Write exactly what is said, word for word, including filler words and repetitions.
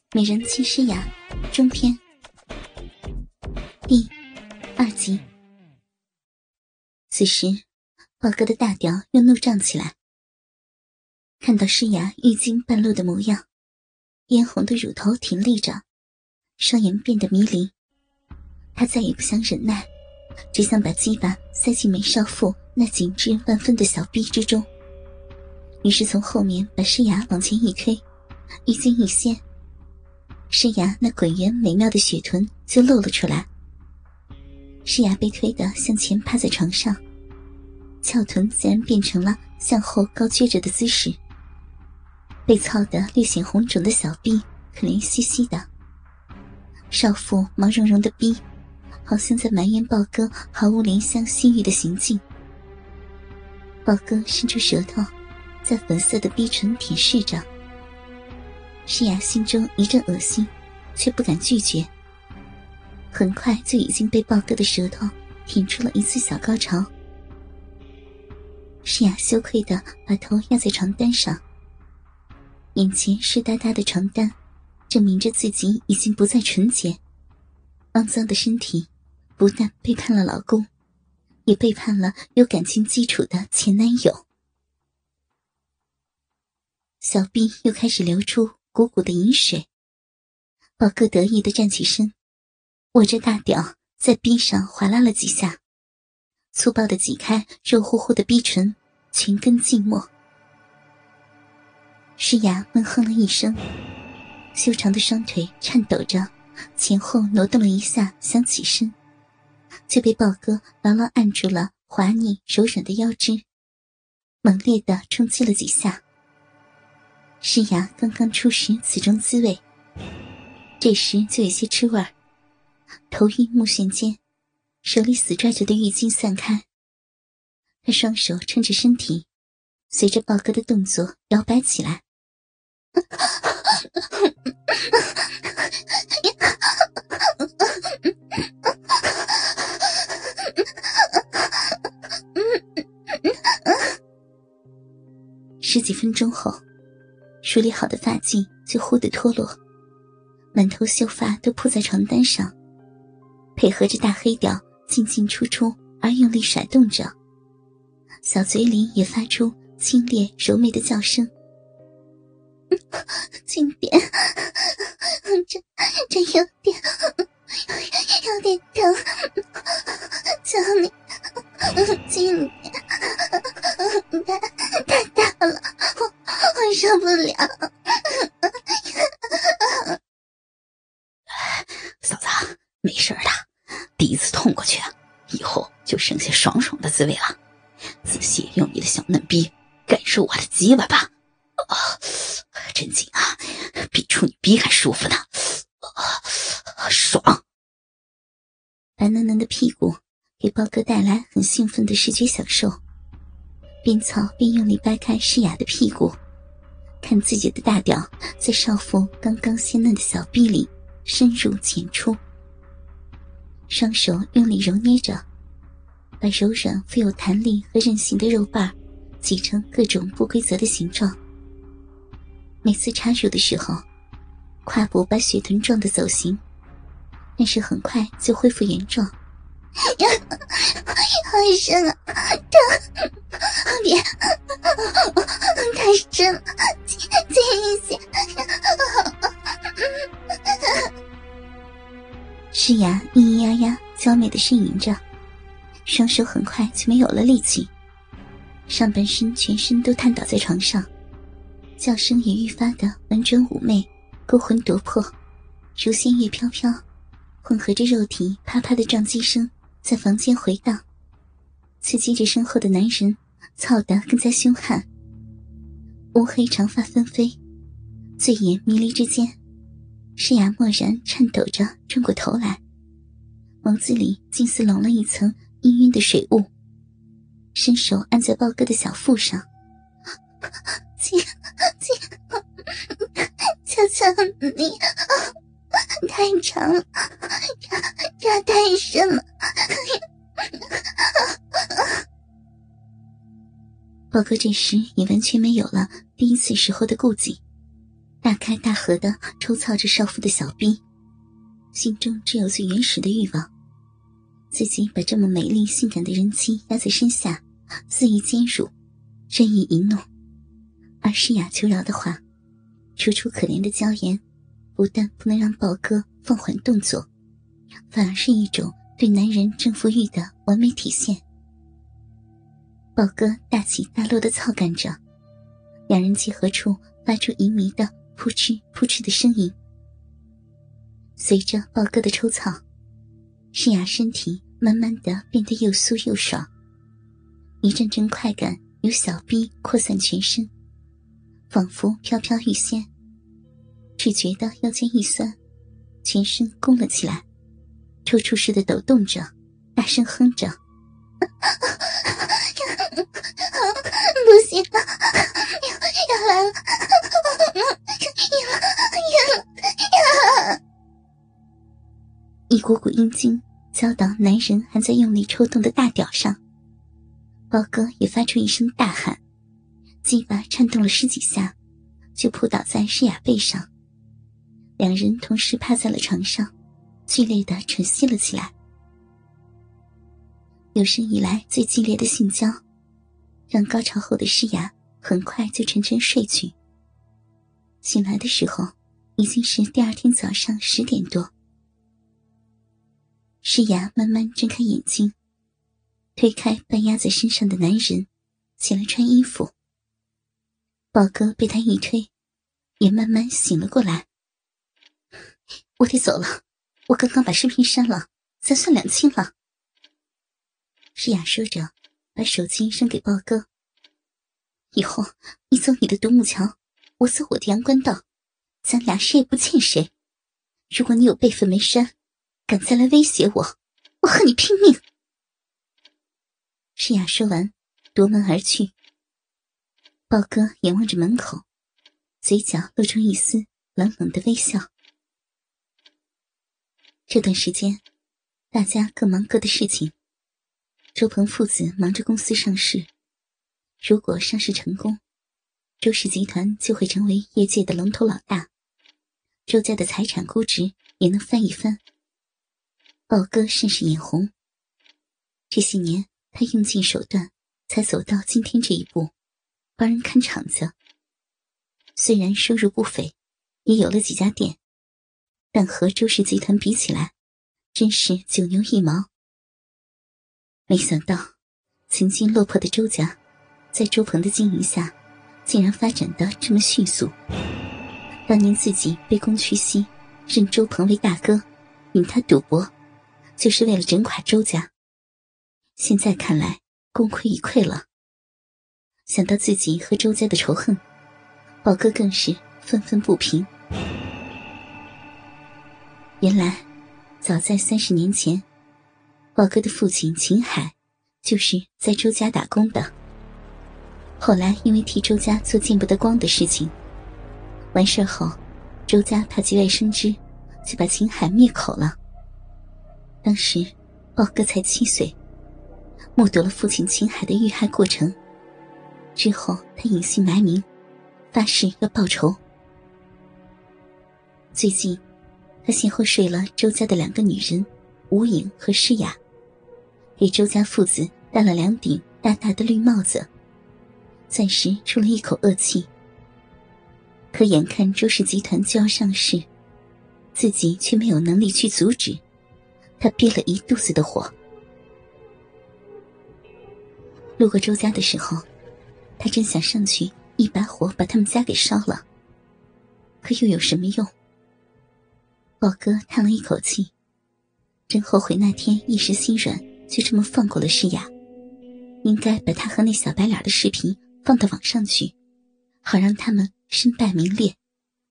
美人妻诗雅中篇第二集。此时豹哥的大屌又怒胀起来，看到诗雅浴巾半露的模样，嫣红的乳头挺立着，双眼变得迷离。他再也不想忍耐，只想把鸡巴塞进美少妇那紧致万分的小臂之中。于是从后面把诗雅往前一推，浴巾一掀，诗雅那滚圆美妙的雪臀就露了出来。诗雅被推得向前趴在床上，翘臀自然变成了向后高撅着的姿势。被操得略显红肿的小臂可怜兮兮的，少妇毛茸茸的逼好像在埋怨豹哥毫无怜香惜玉的行径。豹哥伸出舌头在粉色的逼唇舔舐着，诗雅心中一阵恶心，却不敢拒绝。很快就已经被豹哥的舌头舔出了一次小高潮。诗雅羞愧地把头压在床单上，眼前湿哒哒的床单证明着自己已经不再纯洁。肮脏的身体不但背叛了老公，也背叛了有感情基础的前男友。小臂又开始流出鼓鼓的饮水，豹哥得意地站起身，握着大屌在逼上划拉了几下，粗暴地挤开肉乎乎的逼唇，全根浸没。诗雅闷哼了一声，修长的双腿颤抖着前后挪动了一下，想起身，就被豹哥牢牢按住了滑腻柔软的腰肢，猛烈地冲击了几下。诗雅刚刚初识此种滋味，这时就有些吃味儿，头晕目眩间，手里死拽着的浴巾散开，她双手撑着身体，随着豹哥的动作摇摆起来。十几分钟后，梳理好的发髻就忽地脱落，满头秀发都铺在床单上，配合着大黑屌进进出出而用力甩动着，小嘴里也发出清冽柔美的叫声。轻点，这这有点有点疼，求你轻点，太太大了，我我受不了。 嫂子，没事的，第一次痛过去，以后就剩下爽爽的滋味了。仔细用你的小嫩逼感受我的鸡巴吧。啊，真紧啊，比处女逼还舒服呢。啊，爽！ 白嫩嫩的屁股给豹哥带来很兴奋的视觉享受，边操边用力掰开诗雅的屁股，看自己的大屌在少妇刚刚鲜嫩的小臂里深入浅出，双手用力揉捏着，把柔软富有弹力和韧性的肉瓣挤成各种不规则的形状。每次插入的时候，胯部把雪臀撞得走形，但是很快就恢复原状。好深啊，疼！别，太深了，轻轻一些。诗雅咿咿呀呀娇媚地呻吟着，双手很快就没有了力气，上半身全身都瘫倒在床上，叫声也愈发的婉转妩媚，勾魂夺魄，如仙乐飘飘，混合着肉体啪啪的撞击声在房间回荡，刺激着身后的男人操得更加凶悍。乌黑长发纷飞，醉眼迷离之间，诗雅蓦然颤抖着转过头来，眸子里竟似笼了一层氤氲的水雾，伸手按在豹哥的小腹上，轻轻，求求你，太长了，这这太深了。豹哥这时也完全没有了第一次时候的顾忌，大开大合的抽操着少妇的小臂，心中只有最原始的欲望，自己把这么美丽性感的人妻压在身下，肆意奸辱，任意淫弄。而诗雅求饶的话，楚楚可怜的娇颜，不但不能让豹哥放缓动作，反而是一种对男人征服欲的完美体现。豹哥大起大落地操干着，两人结合处发出淫靡的扑哧扑哧的声音。随着豹哥的抽操，诗雅身体慢慢地变得又酥又爽，一阵阵快感由小臂扩散全身，仿佛飘飘欲仙，只觉得腰间一酸，全身弓了起来，抽搐似的抖动着，大声哼着不行了，要要来了，要要要！一股股阴茎浇到男人还在用力抽动的大屌上，豹哥也发出一声大喊，鸡巴颤动了十几下，就扑倒在诗雅背上，两人同时趴在了床上，剧烈地喘息了起来。有生以来最激烈的性交，让高潮后的诗雅很快就沉沉睡去。醒来的时候已经是第二天早上十点多。诗雅慢慢睁开眼睛，推开半压在身上的男人，起来穿衣服。豹哥被他一推，也慢慢醒了过来。我得走了，我刚刚把视频删了，咱算两清了。诗雅说着，把手机扔给豹哥。以后你走你的独木桥，我走我的阳关道，咱俩谁也不欠谁。如果你有备份没删，敢再来威胁我，我和你拼命。诗雅说完，夺门而去。豹哥眼望着门口，嘴角露出一丝冷冷的微笑。这段时间，大家各忙各的事情。周鹏父子忙着公司上市，如果上市成功，周氏集团就会成为业界的龙头老大，周家的财产估值也能翻一番。豹哥甚是眼红，这些年他用尽手段才走到今天这一步，帮人看场子。虽然收入不菲，也有了几家店，但和周氏集团比起来，真是九牛一毛。没想到曾经落魄的周家，在周鹏的经营下竟然发展得这么迅速。当年自己卑躬屈膝，认周鹏为大哥，引他赌博，就是为了整垮周家。现在看来功亏一篑了。想到自己和周家的仇恨，豹哥更是愤愤不平。原来早在三十年前，豹哥的父亲秦海就是在周家打工的。后来因为替周家做见不得光的事情，完事后周家怕节外生枝，就把秦海灭口了。当时豹哥才七岁，目睹了父亲秦海的遇害过程。之后他隐姓埋名，发誓要报仇。最近他先后睡了周家的两个女人吴颖和诗雅，给周家父子戴了两顶大大的绿帽子，暂时出了一口恶气。可眼看周氏集团就要上市，自己却没有能力去阻止，他憋了一肚子的火。路过周家的时候，他真想上去一把火把他们家给烧了，可又有什么用？豹哥叹了一口气，真后悔那天一时心软就这么放过了诗雅，应该把他和那小白脸的视频放到网上去，好让他们身败名裂。